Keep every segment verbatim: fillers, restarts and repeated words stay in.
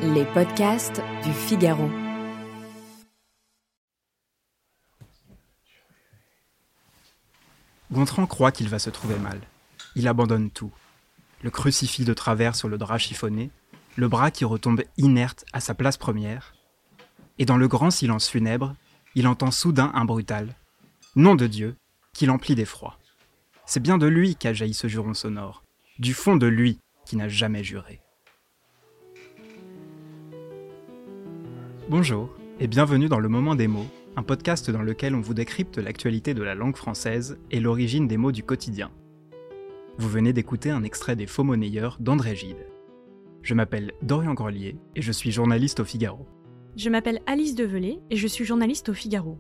Les podcasts du Figaro. Gontran croit qu'il va se trouver mal. Il abandonne tout. Le crucifix de travers sur le drap chiffonné, le bras qui retombe inerte à sa place première. Et dans le grand silence funèbre, il entend soudain un brutal « Nom de Dieu !» qui l'emplit d'effroi. C'est bien de lui qu'a jailli ce juron sonore, du fond de lui qui n'a jamais juré. Bonjour et bienvenue dans Le Moment des mots, un podcast dans lequel on vous décrypte l'actualité de la langue française et l'origine des mots du quotidien. Vous venez d'écouter un extrait des Faux Monnayeurs d'André Gide. Je m'appelle Dorian Grelier et je suis journaliste au Figaro. Je m'appelle Alice Develay et je suis journaliste au Figaro.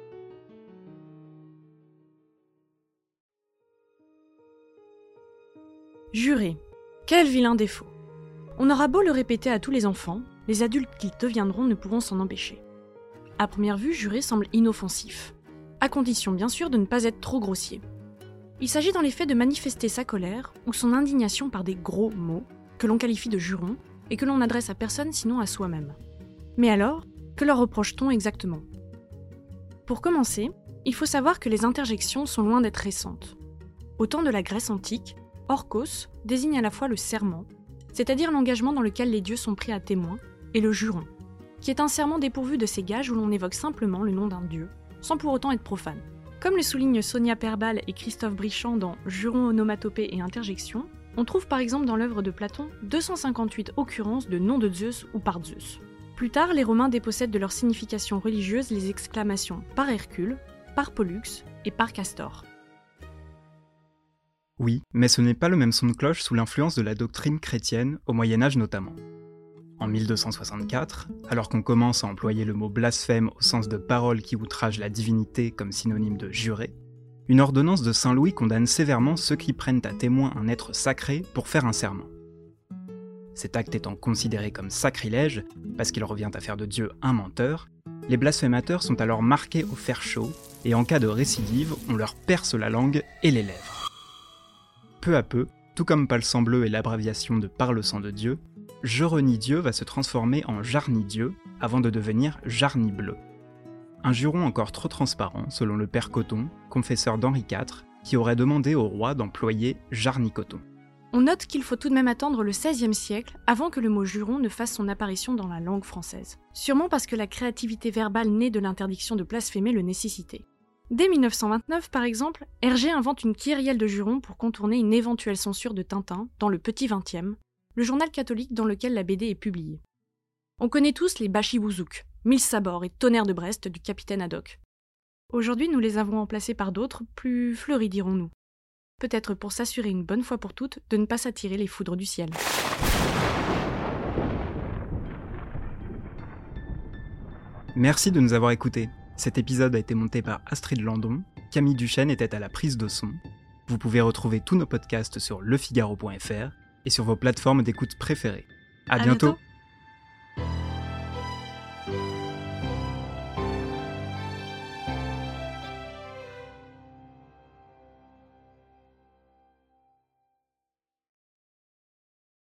Jurer. Quel vilain défaut. On aura beau le répéter à tous les enfants, les adultes qu'ils deviendront ne pourront s'en empêcher. À première vue, jurer semble inoffensif, à condition bien sûr de ne pas être trop grossier. Il s'agit dans les faits de manifester sa colère ou son indignation par des gros mots, que l'on qualifie de jurons, et que l'on n'adresse à personne sinon à soi-même. Mais alors, que leur reproche-t-on exactement ? Pour commencer, il faut savoir que les interjections sont loin d'être récentes. Au temps de la Grèce antique, orkos désigne à la fois le serment, c'est-à-dire l'engagement dans lequel les dieux sont pris à témoin, et le juron, qui est un serment dépourvu de ces gages où l'on évoque simplement le nom d'un dieu, sans pour autant être profane. Comme le soulignent Sonia Perbal et Christophe Brichand dans Juron, onomatopée et interjection, on trouve par exemple dans l'œuvre de Platon deux cent cinquante-huit occurrences de nom de Zeus ou par Zeus. Plus tard, les Romains dépossèdent de leur signification religieuse les exclamations par Hercule, par Pollux et par Castor. Oui, mais ce n'est pas le même son de cloche sous l'influence de la doctrine chrétienne, au Moyen-Âge notamment. En mille deux cent soixante-quatre, alors qu'on commence à employer le mot blasphème au sens de parole qui outrage la divinité comme synonyme de jurer, une ordonnance de Saint Louis condamne sévèrement ceux qui prennent à témoin un être sacré pour faire un serment. Cet acte étant considéré comme sacrilège, parce qu'il revient à faire de Dieu un menteur, les blasphémateurs sont alors marqués au fer chaud, et en cas de récidive, on leur perce la langue et les lèvres. Peu à peu, tout comme palsambleu et l'abréviation de par le sang de Dieu, Je renie Dieu va se transformer en Jarnie Dieu avant de devenir Jarnie Bleu. Un juron encore trop transparent selon le père Coton, confesseur d'Henri quatre, qui aurait demandé au roi d'employer Jarnie Coton. On note qu'il faut tout de même attendre le seizième siècle avant que le mot juron ne fasse son apparition dans la langue française. Sûrement parce que la créativité verbale née de l'interdiction de blasphémer le nécessitait. Dès mille neuf cent vingt-neuf, par exemple, Hergé invente une kyrielle de jurons pour contourner une éventuelle censure de Tintin dans le Petit vingtième, le journal catholique dans lequel la B D est publiée. On connaît tous les bachibouzouk, mille sabords et tonnerre de Brest du capitaine Haddock. Aujourd'hui, nous les avons remplacés par d'autres, plus fleuris dirons-nous. Peut-être pour s'assurer une bonne fois pour toutes de ne pas s'attirer les foudres du ciel. Merci de nous avoir écoutés. Cet épisode a été monté par Astrid Landon, Camille Duchesne était à la prise de son. Vous pouvez retrouver tous nos podcasts sur lefigaro point f r et sur vos plateformes d'écoute préférées. À, à bientôt, bientôt.